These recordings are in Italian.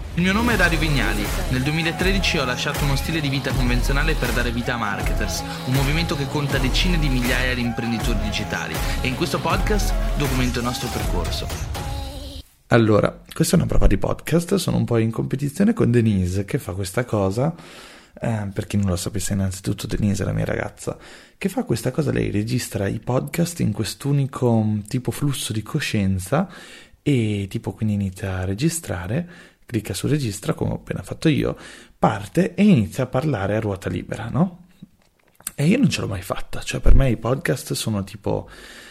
Il mio nome è Dario Vignali. Nel 2013 ho lasciato uno stile di vita convenzionale per dare vita a Marketers, un movimento che conta decine di migliaia di imprenditori digitali, e in questo podcast documento il nostro percorso. Allora, questa è una prova di podcast, sono un po' in competizione con Denise che fa questa cosa, per chi non lo sapesse innanzitutto Denise è la mia ragazza, che fa questa cosa, lei registra i podcast in quest'unico tipo flusso di coscienza e tipo quindi inizia a registrare, clicca su registra come ho appena fatto io, parte e inizia a parlare a ruota libera, no? E io non ce l'ho mai fatta, cioè per me i podcast sono tipo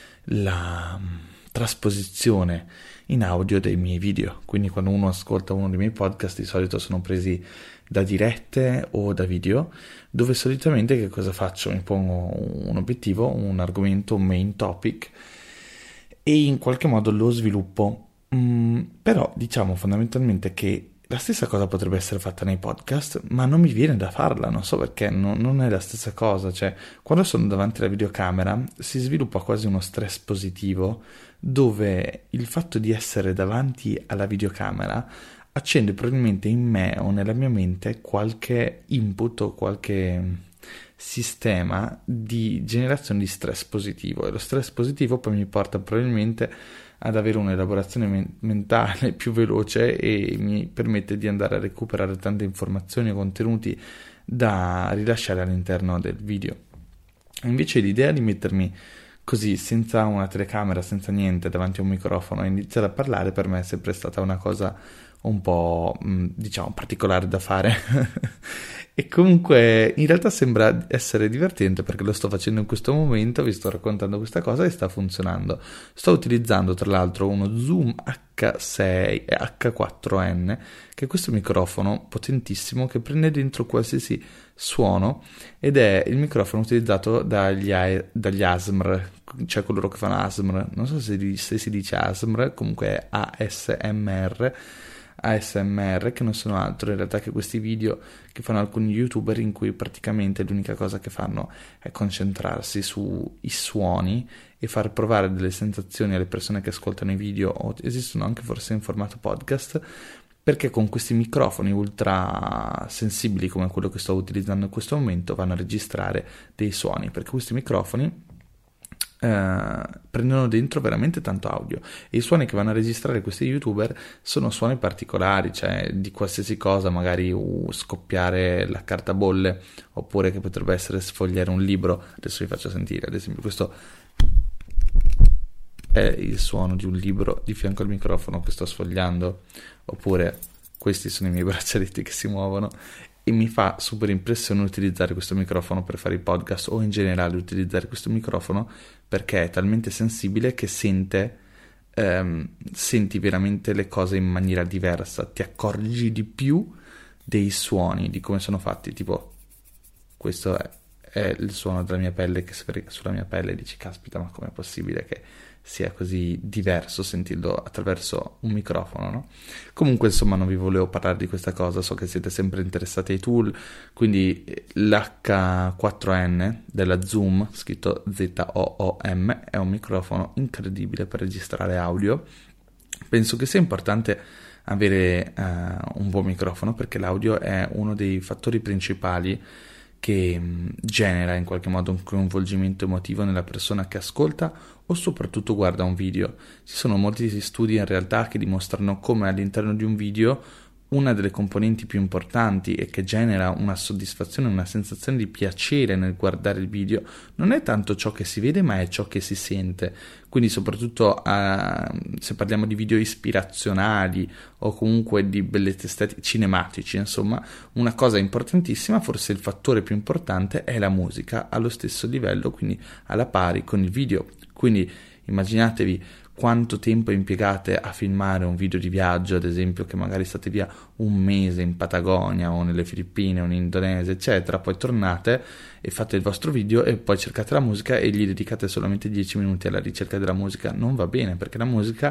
la trasposizione in audio dei miei video, quindi quando uno ascolta uno dei miei podcast di solito sono presi da dirette o da video, dove solitamente che cosa faccio? Mi pongo un obiettivo, un argomento, un main topic e in qualche modo lo sviluppo. Però diciamo fondamentalmente che la stessa cosa potrebbe essere fatta nei podcast, ma non mi viene da farla, non so perché, non è la stessa cosa, cioè quando sono davanti alla videocamera si sviluppa quasi uno stress positivo, dove il fatto di essere davanti alla videocamera accende probabilmente in me o nella mia mente qualche input o qualche sistema di generazione di stress positivo, e lo stress positivo poi mi porta probabilmente ad avere un'elaborazione mentale più veloce e mi permette di andare a recuperare tante informazioni o contenuti da rilasciare all'interno del video. Invece l'idea di mettermi così senza una telecamera, senza niente, davanti a un microfono e iniziare a parlare, per me è sempre stata una cosa un po' diciamo particolare da fare e comunque in realtà sembra essere divertente perché lo sto facendo in questo momento, vi sto raccontando questa cosa e sta funzionando. Sto utilizzando tra l'altro uno Zoom H6 e H4n, che è questo microfono potentissimo che prende dentro qualsiasi suono ed è il microfono utilizzato dagli ASMR, cioè coloro che fanno ASMR, non so se si dice ASMR, comunque è ASMR, che non sono altro in realtà che questi video che fanno alcuni youtuber in cui praticamente l'unica cosa che fanno è concentrarsi sui suoni e far provare delle sensazioni alle persone che ascoltano i video, o esistono anche forse in formato podcast, perché con questi microfoni ultra sensibili come quello che sto utilizzando in questo momento vanno a registrare dei suoni, perché questi microfoni prendono dentro veramente tanto audio e i suoni che vanno a registrare questi youtuber sono suoni particolari, cioè di qualsiasi cosa, magari scoppiare la carta bolle, oppure che potrebbe essere sfogliare un libro. Adesso vi faccio sentire, ad esempio questo è il suono di un libro di fianco al microfono che sto sfogliando, oppure questi sono i miei braccialetti che si muovono. E mi fa super impressione utilizzare questo microfono per fare i podcast, o in generale utilizzare questo microfono perché è talmente sensibile che senti veramente le cose in maniera diversa, ti accorgi di più dei suoni, di come sono fatti. Tipo questo è il suono della mia pelle che sfrega sulla mia pelle e dici caspita, ma com'è possibile che sia così diverso sentirlo attraverso un microfono, no? Comunque insomma non vi volevo parlare di questa cosa, so che siete sempre interessati ai tool, quindi l'H4n della Zoom, scritto ZOOM, è un microfono incredibile per registrare audio. Penso che sia importante avere un buon microfono perché l'audio è uno dei fattori principali che genera in qualche modo un coinvolgimento emotivo nella persona che ascolta o soprattutto guarda un video. Ci sono molti studi in realtà che dimostrano come all'interno di un video una delle componenti più importanti e che genera una soddisfazione, una sensazione di piacere nel guardare il video non è tanto ciò che si vede, ma è ciò che si sente. Quindi soprattutto se parliamo di video ispirazionali o comunque di bellezze estetiche, cinematici, insomma, una cosa importantissima, forse il fattore più importante, è la musica allo stesso livello, quindi alla pari con il video. Quindi immaginatevi quanto tempo impiegate a filmare un video di viaggio, ad esempio, che magari state via un mese in Patagonia o nelle Filippine o in Indonesia, eccetera, poi tornate e fate il vostro video e poi cercate la musica e gli dedicate solamente 10 minuti alla ricerca della musica. Non va bene, perché la musica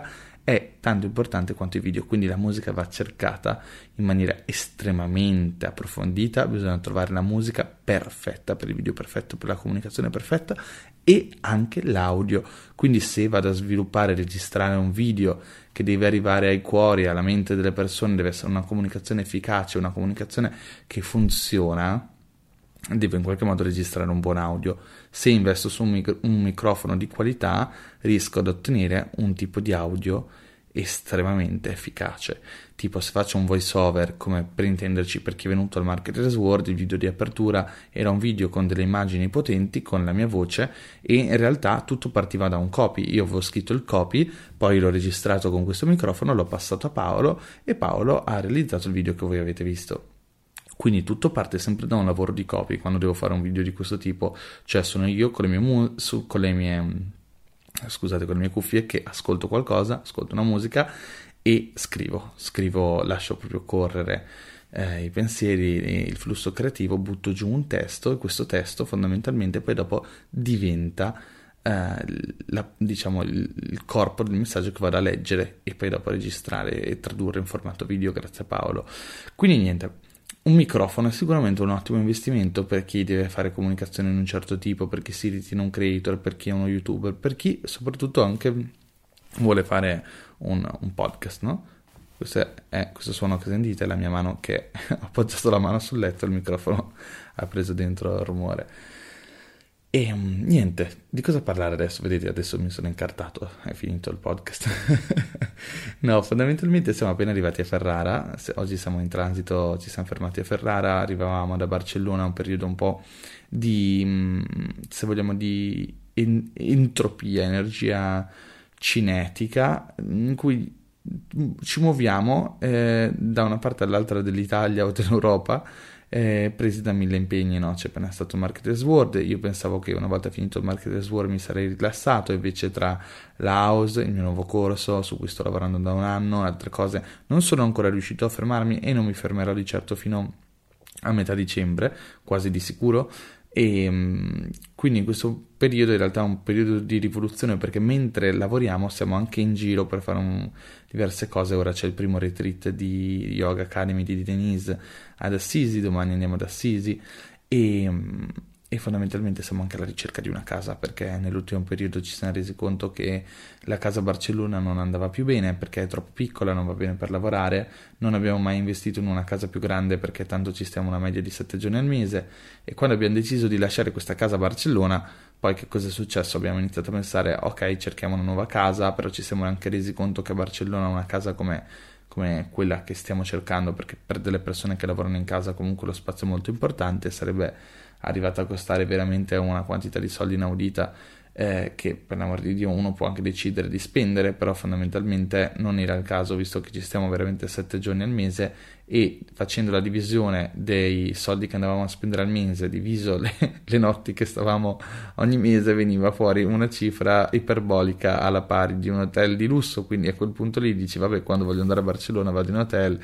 è tanto importante quanto i video, quindi la musica va cercata in maniera estremamente approfondita, bisogna trovare la musica perfetta per il video perfetto, per la comunicazione perfetta e anche l'audio. Quindi se vado a sviluppare e registrare un video che deve arrivare ai cuori, alla mente delle persone, deve essere una comunicazione efficace, una comunicazione che funziona, devo in qualche modo registrare un buon audio. Se investo su un microfono di qualità, riesco ad ottenere un tipo di audio estremamente efficace. Tipo, se faccio un voice over, come per intenderci, per chi è venuto al Marketers World, il video di apertura era un video con delle immagini potenti, con la mia voce, e in realtà tutto partiva da un copy. Io avevo scritto il copy, poi l'ho registrato con questo microfono, l'ho passato a Paolo e Paolo ha realizzato il video che voi avete visto. Quindi tutto parte sempre da un lavoro di copy quando devo fare un video di questo tipo, cioè sono io con le mie cuffie che ascolto qualcosa, ascolto una musica e scrivo, lascio proprio correre i pensieri, il flusso creativo, butto giù un testo e questo testo fondamentalmente poi dopo diventa il corpo del messaggio che vado a leggere e poi dopo registrare e tradurre in formato video grazie a Paolo. Quindi niente. Un microfono è sicuramente un ottimo investimento per chi deve fare comunicazione in un certo tipo, per chi si ritiene un creator, per chi è uno youtuber, per chi soprattutto anche vuole fare un podcast, no? Questo suono che sentite è la mia mano che ho appoggiato la mano sul letto e il microfono ha preso dentro il rumore. E niente, di cosa parlare adesso? Vedete, adesso mi sono incartato, è finito il podcast. No, fondamentalmente siamo appena arrivati a Ferrara, oggi siamo in transito, ci siamo fermati a Ferrara, arrivavamo da Barcellona, un periodo un po' di, se vogliamo, di entropia, energia cinetica, in cui ci muoviamo da una parte all'altra dell'Italia o dell'Europa, presi da mille impegni, no? C'è appena stato il Marketers World, io pensavo che una volta finito il Marketers World mi sarei rilassato, invece tra la house, il mio nuovo corso su cui sto lavorando da un anno e altre cose non sono ancora riuscito a fermarmi e non mi fermerò di certo fino a metà dicembre, quasi di sicuro. E quindi in questo periodo in realtà è un periodo di rivoluzione, perché mentre lavoriamo siamo anche in giro per fare diverse cose. Ora c'è il primo retreat di Yoga Academy di Denise ad Assisi, domani andiamo ad Assisi e fondamentalmente siamo anche alla ricerca di una casa, perché nell'ultimo periodo ci siamo resi conto che la casa a Barcellona non andava più bene perché è troppo piccola, non va bene per lavorare, non abbiamo mai investito in una casa più grande perché tanto ci stiamo una media di 7 giorni al mese, e quando abbiamo deciso di lasciare questa casa a Barcellona, poi che cosa è successo? Abbiamo iniziato a pensare, ok, cerchiamo una nuova casa, però ci siamo anche resi conto che a Barcellona una casa come quella che stiamo cercando, perché per delle persone che lavorano in casa comunque lo spazio è molto importante, sarebbe arrivata a costare veramente una quantità di soldi inaudita, che per l'amor di Dio uno può anche decidere di spendere, però fondamentalmente non era il caso, visto che ci stiamo veramente 7 giorni al mese, e facendo la divisione dei soldi che andavamo a spendere al mese diviso le notti che stavamo ogni mese, veniva fuori una cifra iperbolica alla pari di un hotel di lusso. Quindi a quel punto lì dici, vabbè, quando voglio andare a Barcellona vado in hotel,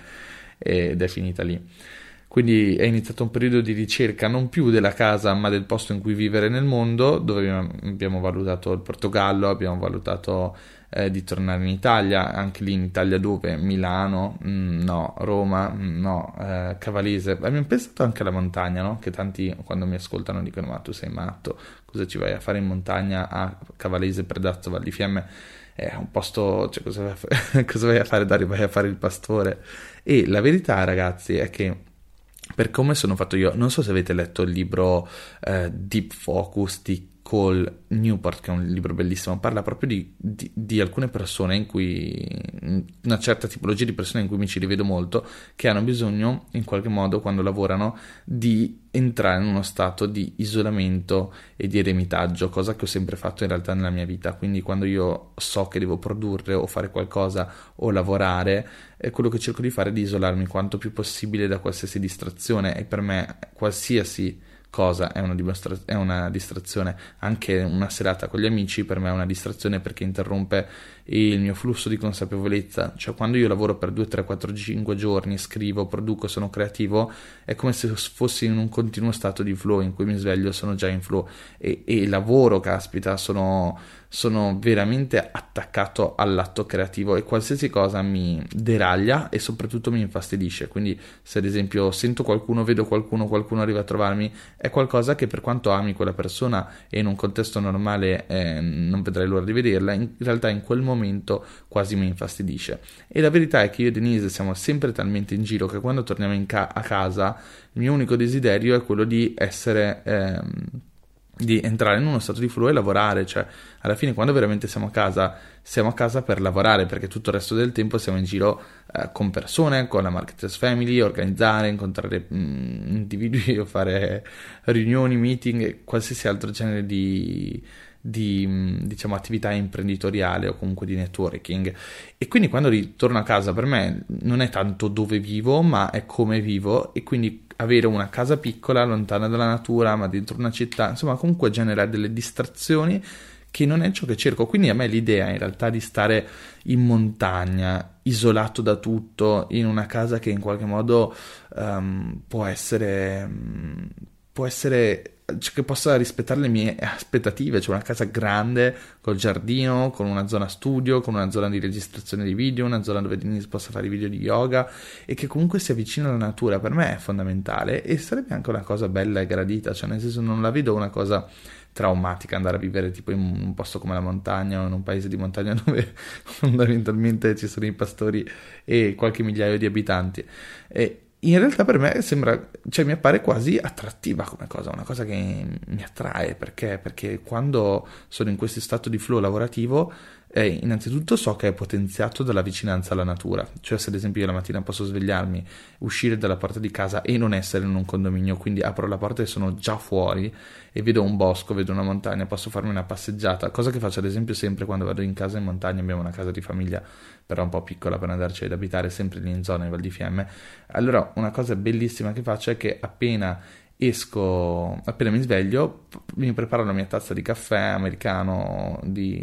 ed è finita lì. Quindi è iniziato un periodo di ricerca non più della casa ma del posto in cui vivere nel mondo, dove abbiamo valutato il Portogallo, abbiamo valutato di tornare in Italia, anche lì in Italia dove? Milano? No. Roma? No. Cavalese? Abbiamo pensato anche alla montagna, no? Che tanti quando mi ascoltano dicono, ma tu sei matto, cosa ci vai a fare in montagna a Cavalese, Predazzo, Val di Fiemme? È un posto, cioè cosa vai a fare, Dario? Vai a fare il pastore? E la verità, ragazzi, è che per come sono fatto io, non so se avete letto il libro Deep Focus di Cal Newport, che è un libro bellissimo, parla proprio di alcune persone in cui, una certa tipologia di persone in cui mi ci rivedo molto, che hanno bisogno in qualche modo quando lavorano di entrare in uno stato di isolamento e di eremitaggio, cosa che ho sempre fatto in realtà nella mia vita. Quindi quando io so che devo produrre o fare qualcosa o lavorare, quello che cerco di fare è di isolarmi quanto più possibile da qualsiasi distrazione, e per me qualsiasi cosa è una distrazione. Anche una serata con gli amici per me è una distrazione, perché interrompe il mio flusso di consapevolezza, cioè quando io lavoro per 2, 3, 4, 5 giorni, scrivo, produco, sono creativo, è come se fossi in un continuo stato di flow in cui mi sveglio, sono già in flow e lavoro, caspita, sono veramente attaccato all'atto creativo e qualsiasi cosa mi deraglia e soprattutto mi infastidisce. Quindi se ad esempio sento qualcuno, vedo qualcuno arriva a trovarmi, è qualcosa che per quanto ami quella persona e in un contesto normale non vedrei l'ora di vederla, in realtà in quel momento quasi mi infastidisce. E la verità è che io e Denise siamo sempre talmente in giro che quando torniamo a casa il mio unico desiderio è quello di essere di entrare in uno stato di flow e lavorare. Cioè alla fine quando veramente siamo a casa per lavorare, perché tutto il resto del tempo siamo in giro con persone, con la Marketers Family, organizzare, incontrare individui o fare riunioni, meeting, qualsiasi altro genere di diciamo attività imprenditoriale o comunque di networking. E quindi quando ritorno a casa per me non è tanto dove vivo ma è come vivo, e quindi avere una casa piccola lontana dalla natura ma dentro una città, insomma comunque genera delle distrazioni che non è ciò che cerco. Quindi a me l'idea in realtà di stare in montagna, isolato da tutto, in una casa che in qualche modo può essere cioè, che possa rispettare le mie aspettative, cioè una casa grande col giardino, con una zona studio, con una zona di registrazione di video, una zona dove Denise possa fare video di yoga e che comunque si avvicina alla natura, per me è fondamentale e sarebbe anche una cosa bella e gradita, cioè nel senso non la vedo una cosa traumatica andare a vivere tipo in un posto come la montagna o in un paese di montagna dove fondamentalmente ci sono i pastori e qualche migliaio di abitanti. E in realtà per me mi appare quasi attrattiva come cosa, una cosa che mi attrae, perché quando sono in questo stato di flow lavorativo, innanzitutto so che è potenziato dalla vicinanza alla natura, cioè se ad esempio io la mattina posso svegliarmi, uscire dalla porta di casa e non essere in un condominio, quindi apro la porta e sono già fuori e vedo un bosco, vedo una montagna, posso farmi una passeggiata, cosa che faccio ad esempio sempre quando vado in casa in montagna. Abbiamo una casa di famiglia però un po' piccola per andarci ad abitare, sempre lì in zona in Val di Fiemme. Allora una cosa bellissima che faccio è che appena mi sveglio, mi preparo la mia tazza di caffè americano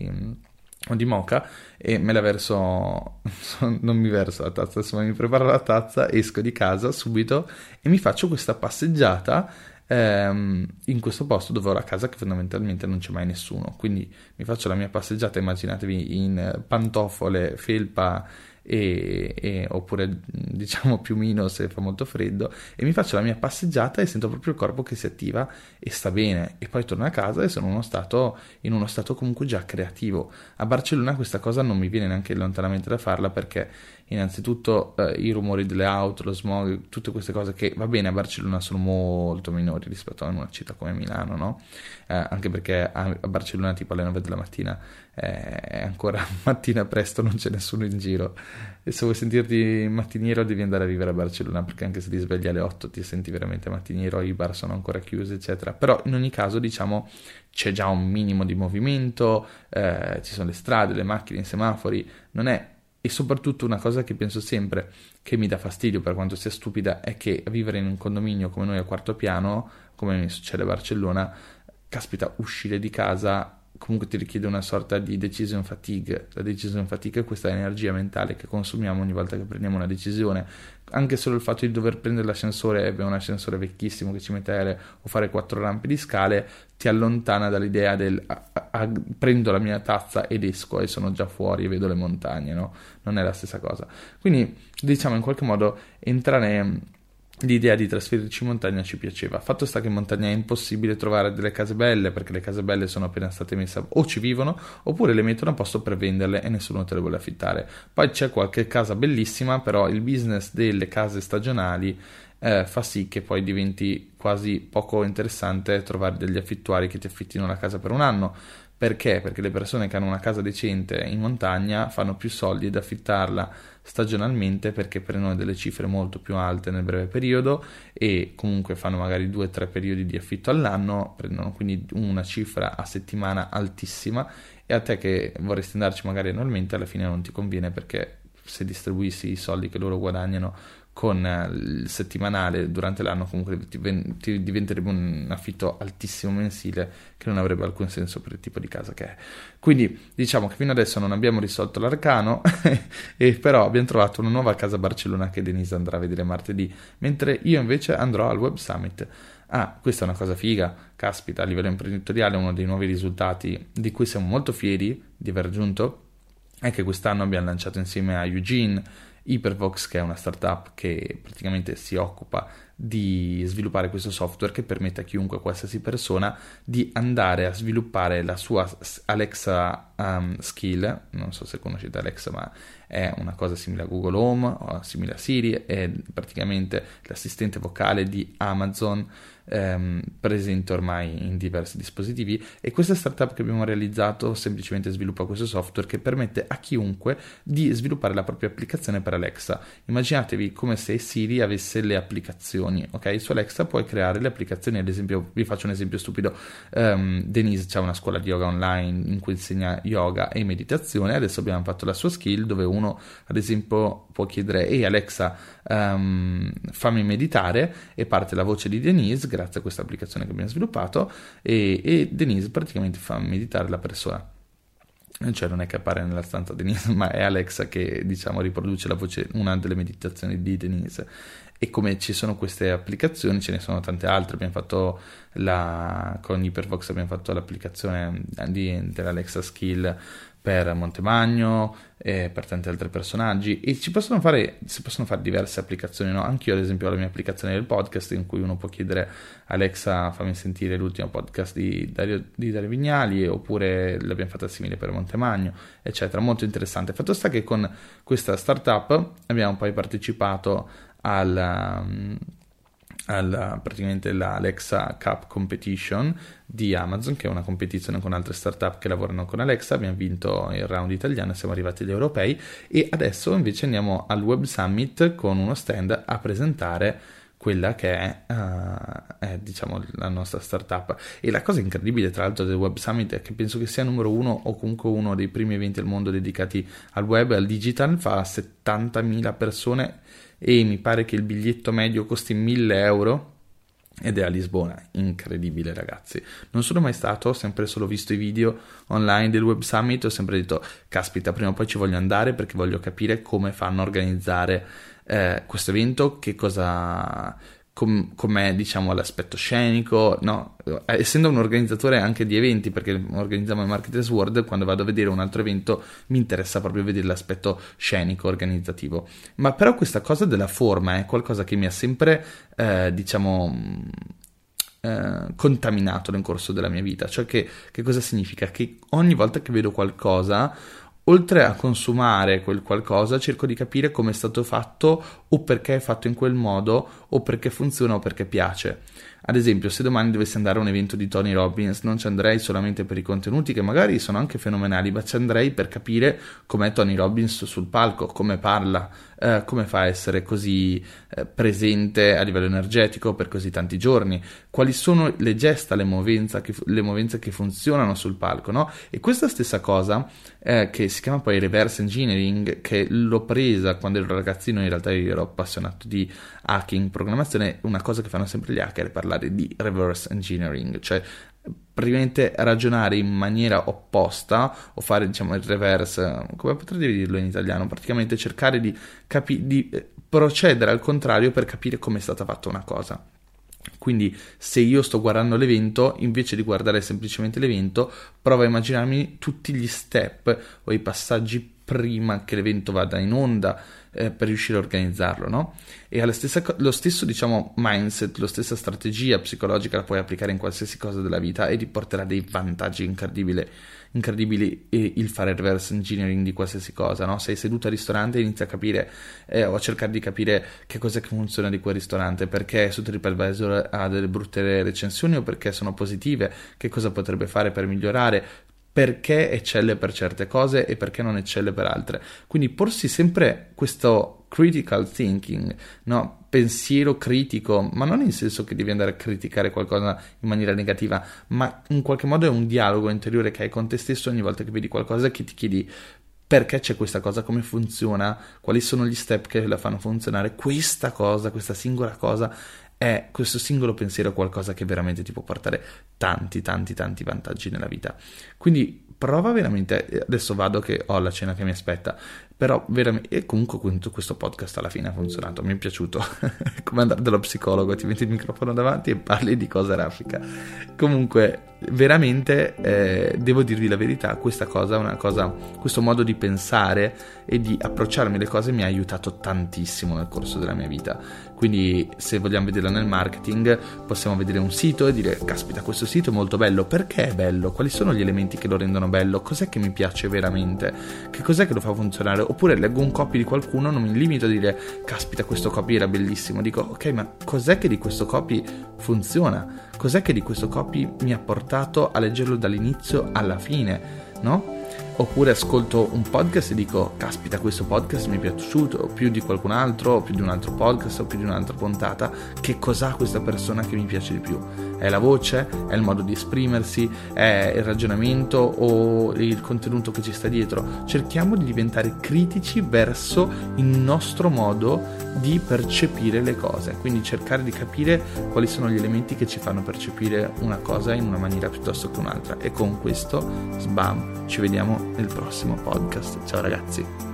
o di moka e me la verso, non mi verso la tazza, insomma mi preparo la tazza, esco di casa subito e mi faccio questa passeggiata in questo posto dove ho la casa che fondamentalmente non c'è mai nessuno, quindi mi faccio la mia passeggiata, immaginatevi in pantofole, felpa oppure diciamo piumino se fa molto freddo, e mi faccio la mia passeggiata e sento proprio il corpo che si attiva e sta bene, e poi torno a casa e sono in uno stato comunque già creativo. A Barcellona questa cosa non mi viene neanche lontanamente da farla, perché innanzitutto i rumori delle auto, lo smog, tutte queste cose che va bene a Barcellona sono molto minori rispetto a una città come Milano, no? Anche perché a Barcellona tipo alle 9 della mattina è ancora mattina presto, non c'è nessuno in giro, e se vuoi sentirti mattiniero devi andare a vivere a Barcellona, perché anche se ti svegli alle 8 ti senti veramente mattiniero, i bar sono ancora chiusi eccetera. Però in ogni caso diciamo c'è già un minimo di movimento, ci sono le strade, le macchine, i semafori, non è. E soprattutto una cosa che penso sempre che mi dà fastidio, per quanto sia stupida, è che vivere in un condominio come noi al quarto piano, come mi succede a Barcellona, caspita, uscire di casa comunque ti richiede una sorta di decision fatigue. La decision fatigue è questa energia mentale che consumiamo ogni volta che prendiamo una decisione. Anche solo il fatto di dover prendere l'ascensore, abbiamo un ascensore vecchissimo che ci mette o fare 4 rampe di scale, ti allontana dall'idea del prendo la mia tazza ed esco e sono già fuori e vedo le montagne, no? Non è la stessa cosa. Quindi diciamo in qualche modo entrare. L'idea di trasferirci in montagna ci piaceva. Fatto sta che in montagna è impossibile trovare delle case belle, perché le case belle sono appena state messe o ci vivono oppure le mettono a posto per venderle e nessuno te le vuole affittare. Poi c'è qualche casa bellissima, però il business delle case stagionali fa sì che poi diventi quasi poco interessante trovare degli affittuari che ti affittino la casa per un anno. Perché? Perché le persone che hanno una casa decente in montagna fanno più soldi ad affittarla stagionalmente, perché prendono delle cifre molto più alte nel breve periodo e comunque fanno magari 2-3 periodi di affitto all'anno, prendono quindi una cifra a settimana altissima, e a te che vorresti andarci magari annualmente alla fine non ti conviene, perché se distribuissi i soldi che loro guadagnano con il settimanale durante l'anno, comunque ti diventerebbe un affitto altissimo mensile che non avrebbe alcun senso per il tipo di casa che è. Quindi diciamo che fino adesso non abbiamo risolto l'arcano e però abbiamo trovato una nuova casa a Barcellona che Denise andrà a vedere martedì, mentre io invece andrò al Web Summit. Ah, questa è una cosa figa, caspita, a livello imprenditoriale uno dei nuovi risultati di cui siamo molto fieri di aver raggiunto è che quest'anno abbiamo lanciato insieme a Eugene Hypervox, che è una startup che praticamente si occupa di sviluppare questo software che permette a chiunque, qualsiasi persona, di andare a sviluppare la sua Alexa skill. Non so se conoscete Alexa, ma è una cosa simile a Google Home o simile a Siri, è praticamente l'assistente vocale di Amazon, presente ormai in diversi dispositivi, e questa startup che abbiamo realizzato semplicemente sviluppa questo software che permette a chiunque di sviluppare la propria applicazione per Alexa. Immaginatevi come se Siri avesse le applicazioni, ok? Su Alexa puoi creare le applicazioni, ad esempio, vi faccio un esempio stupido, Denise ha una scuola di yoga online in cui insegna yoga e meditazione, adesso abbiamo fatto la sua skill dove uno, ad esempio, può chiedere: ehi Alexa, fammi meditare, e parte la voce di Denise grazie a questa applicazione che abbiamo sviluppato, e Denise praticamente fa meditare la persona. Cioè non è che appare nella stanza Denise, ma è Alexa che, diciamo, riproduce la voce, una delle meditazioni di Denise. E come ci sono queste applicazioni, ce ne sono tante altre. Abbiamo fatto con Hypervox abbiamo fatto l'applicazione dell'Alexa Skill per Montemagno e per tanti altri personaggi, e si possono fare diverse applicazioni, no? Anch'io, ad esempio, ho la mia applicazione del podcast in cui uno può chiedere: Alexa, fammi sentire l'ultimo podcast di Dario Vignali, oppure l'abbiamo fatta simile per Montemagno, eccetera. Molto interessante. Fatto sta che con questa startup abbiamo poi partecipato praticamente la Alexa Cup Competition di Amazon, che è una competizione con altre startup che lavorano con Alexa. Abbiamo vinto il round italiano, siamo arrivati agli europei, e adesso invece andiamo al Web Summit con uno stand a presentare quella che è diciamo la nostra startup. E la cosa incredibile tra l'altro del Web Summit è che penso che sia numero uno, o comunque uno dei primi eventi al mondo dedicati al web e al digital. Fa 70.000 persone e mi pare che il biglietto medio costi 1.000 euro ed è a Lisbona. Incredibile, ragazzi. Non sono mai stato, ho sempre solo visto i video online del Web Summit, ho sempre detto: caspita, prima o poi ci voglio andare perché voglio capire come fanno a organizzare questo evento, che cosa, com'è, diciamo, l'aspetto scenico, no? Essendo un organizzatore anche di eventi, perché organizziamo il Marketers World, quando vado a vedere un altro evento mi interessa proprio vedere l'aspetto scenico, organizzativo. Ma però questa cosa della forma è qualcosa che mi ha sempre contaminato nel corso della mia vita. Cioè che cosa significa? Che ogni volta che vedo qualcosa, oltre a consumare quel qualcosa, cerco di capire come è stato fatto, o perché è fatto in quel modo, o perché funziona, o perché piace. Ad esempio, se domani dovessi andare a un evento di Tony Robbins, non ci andrei solamente per i contenuti, che magari sono anche fenomenali, ma ci andrei per capire com'è Tony Robbins sul palco, come parla, come fa a essere così presente a livello energetico per così tanti giorni, quali sono le gesta, le movenze che funzionano sul palco, no? E questa stessa cosa, che si chiama poi reverse engineering, che l'ho presa quando ero ragazzino, in realtà io ero appassionato di hacking, programmazione, una cosa che fanno sempre gli hacker è parlare di reverse engineering, cioè praticamente ragionare in maniera opposta, o fare, diciamo, il reverse, come potrei dirlo in italiano, praticamente cercare di procedere al contrario per capire come è stata fatta una cosa. Quindi se io sto guardando l'evento, invece di guardare semplicemente l'evento, provo a immaginarmi tutti gli step o i passaggi prima che l'evento vada in onda, per riuscire a organizzarlo, no? E lo stesso, diciamo, mindset, la stessa strategia psicologica la puoi applicare in qualsiasi cosa della vita, e ti porterà dei vantaggi incredibili il fare reverse engineering di qualsiasi cosa, no? Sei seduto al ristorante e inizi a capire o a cercare di capire che cosa che funziona di quel ristorante, perché su TripAdvisor ha delle brutte recensioni o perché sono positive, che cosa potrebbe fare per migliorare, perché eccelle per certe cose e perché non eccelle per altre. Quindi porsi sempre questo critical thinking, no? Pensiero critico, ma non in senso che devi andare a criticare qualcosa in maniera negativa, ma in qualche modo è un dialogo interiore che hai con te stesso ogni volta che vedi qualcosa, che ti chiedi: perché c'è questa cosa, come funziona, quali sono gli step che la fanno funzionare, questa cosa, questa singola cosa, è questo singolo pensiero qualcosa che veramente ti può portare tanti vantaggi nella vita. Quindi prova veramente, adesso vado che ho la cena che mi aspetta, però veramente, e comunque questo podcast alla fine ha funzionato, mi è piaciuto, come andare dallo psicologo, ti metti il microfono davanti e parli di cosa raffica. Comunque veramente devo dirvi la verità, questa cosa è una cosa, questo modo di pensare e di approcciarmi alle cose mi ha aiutato tantissimo nel corso della mia vita. Quindi se vogliamo vederla nel marketing possiamo vedere un sito e dire caspita, questo sito è molto bello, perché è bello? Quali sono gli elementi che lo rendono bello? Cos'è che mi piace veramente? Che cos'è che lo fa funzionare? Oppure leggo un copy di qualcuno, non mi limito a dire caspita, questo copy era bellissimo, dico ok, ma cos'è che di questo copy funziona? Cos'è che di questo copy mi ha portato a leggerlo dall'inizio alla fine, no? Oppure ascolto un podcast e dico caspita, questo podcast mi è piaciuto più di qualcun altro, o più di un altro podcast, o più di un'altra puntata. Che cos'ha questa persona che mi piace di più? È la voce? È il modo di esprimersi? È il ragionamento o il contenuto che ci sta dietro? Cerchiamo di diventare critici verso il nostro modo di percepire le cose, quindi cercare di capire quali sono gli elementi che ci fanno percepire una cosa in una maniera piuttosto che un'altra. E con questo, sbam, ci vediamo nel prossimo podcast. Ciao ragazzi.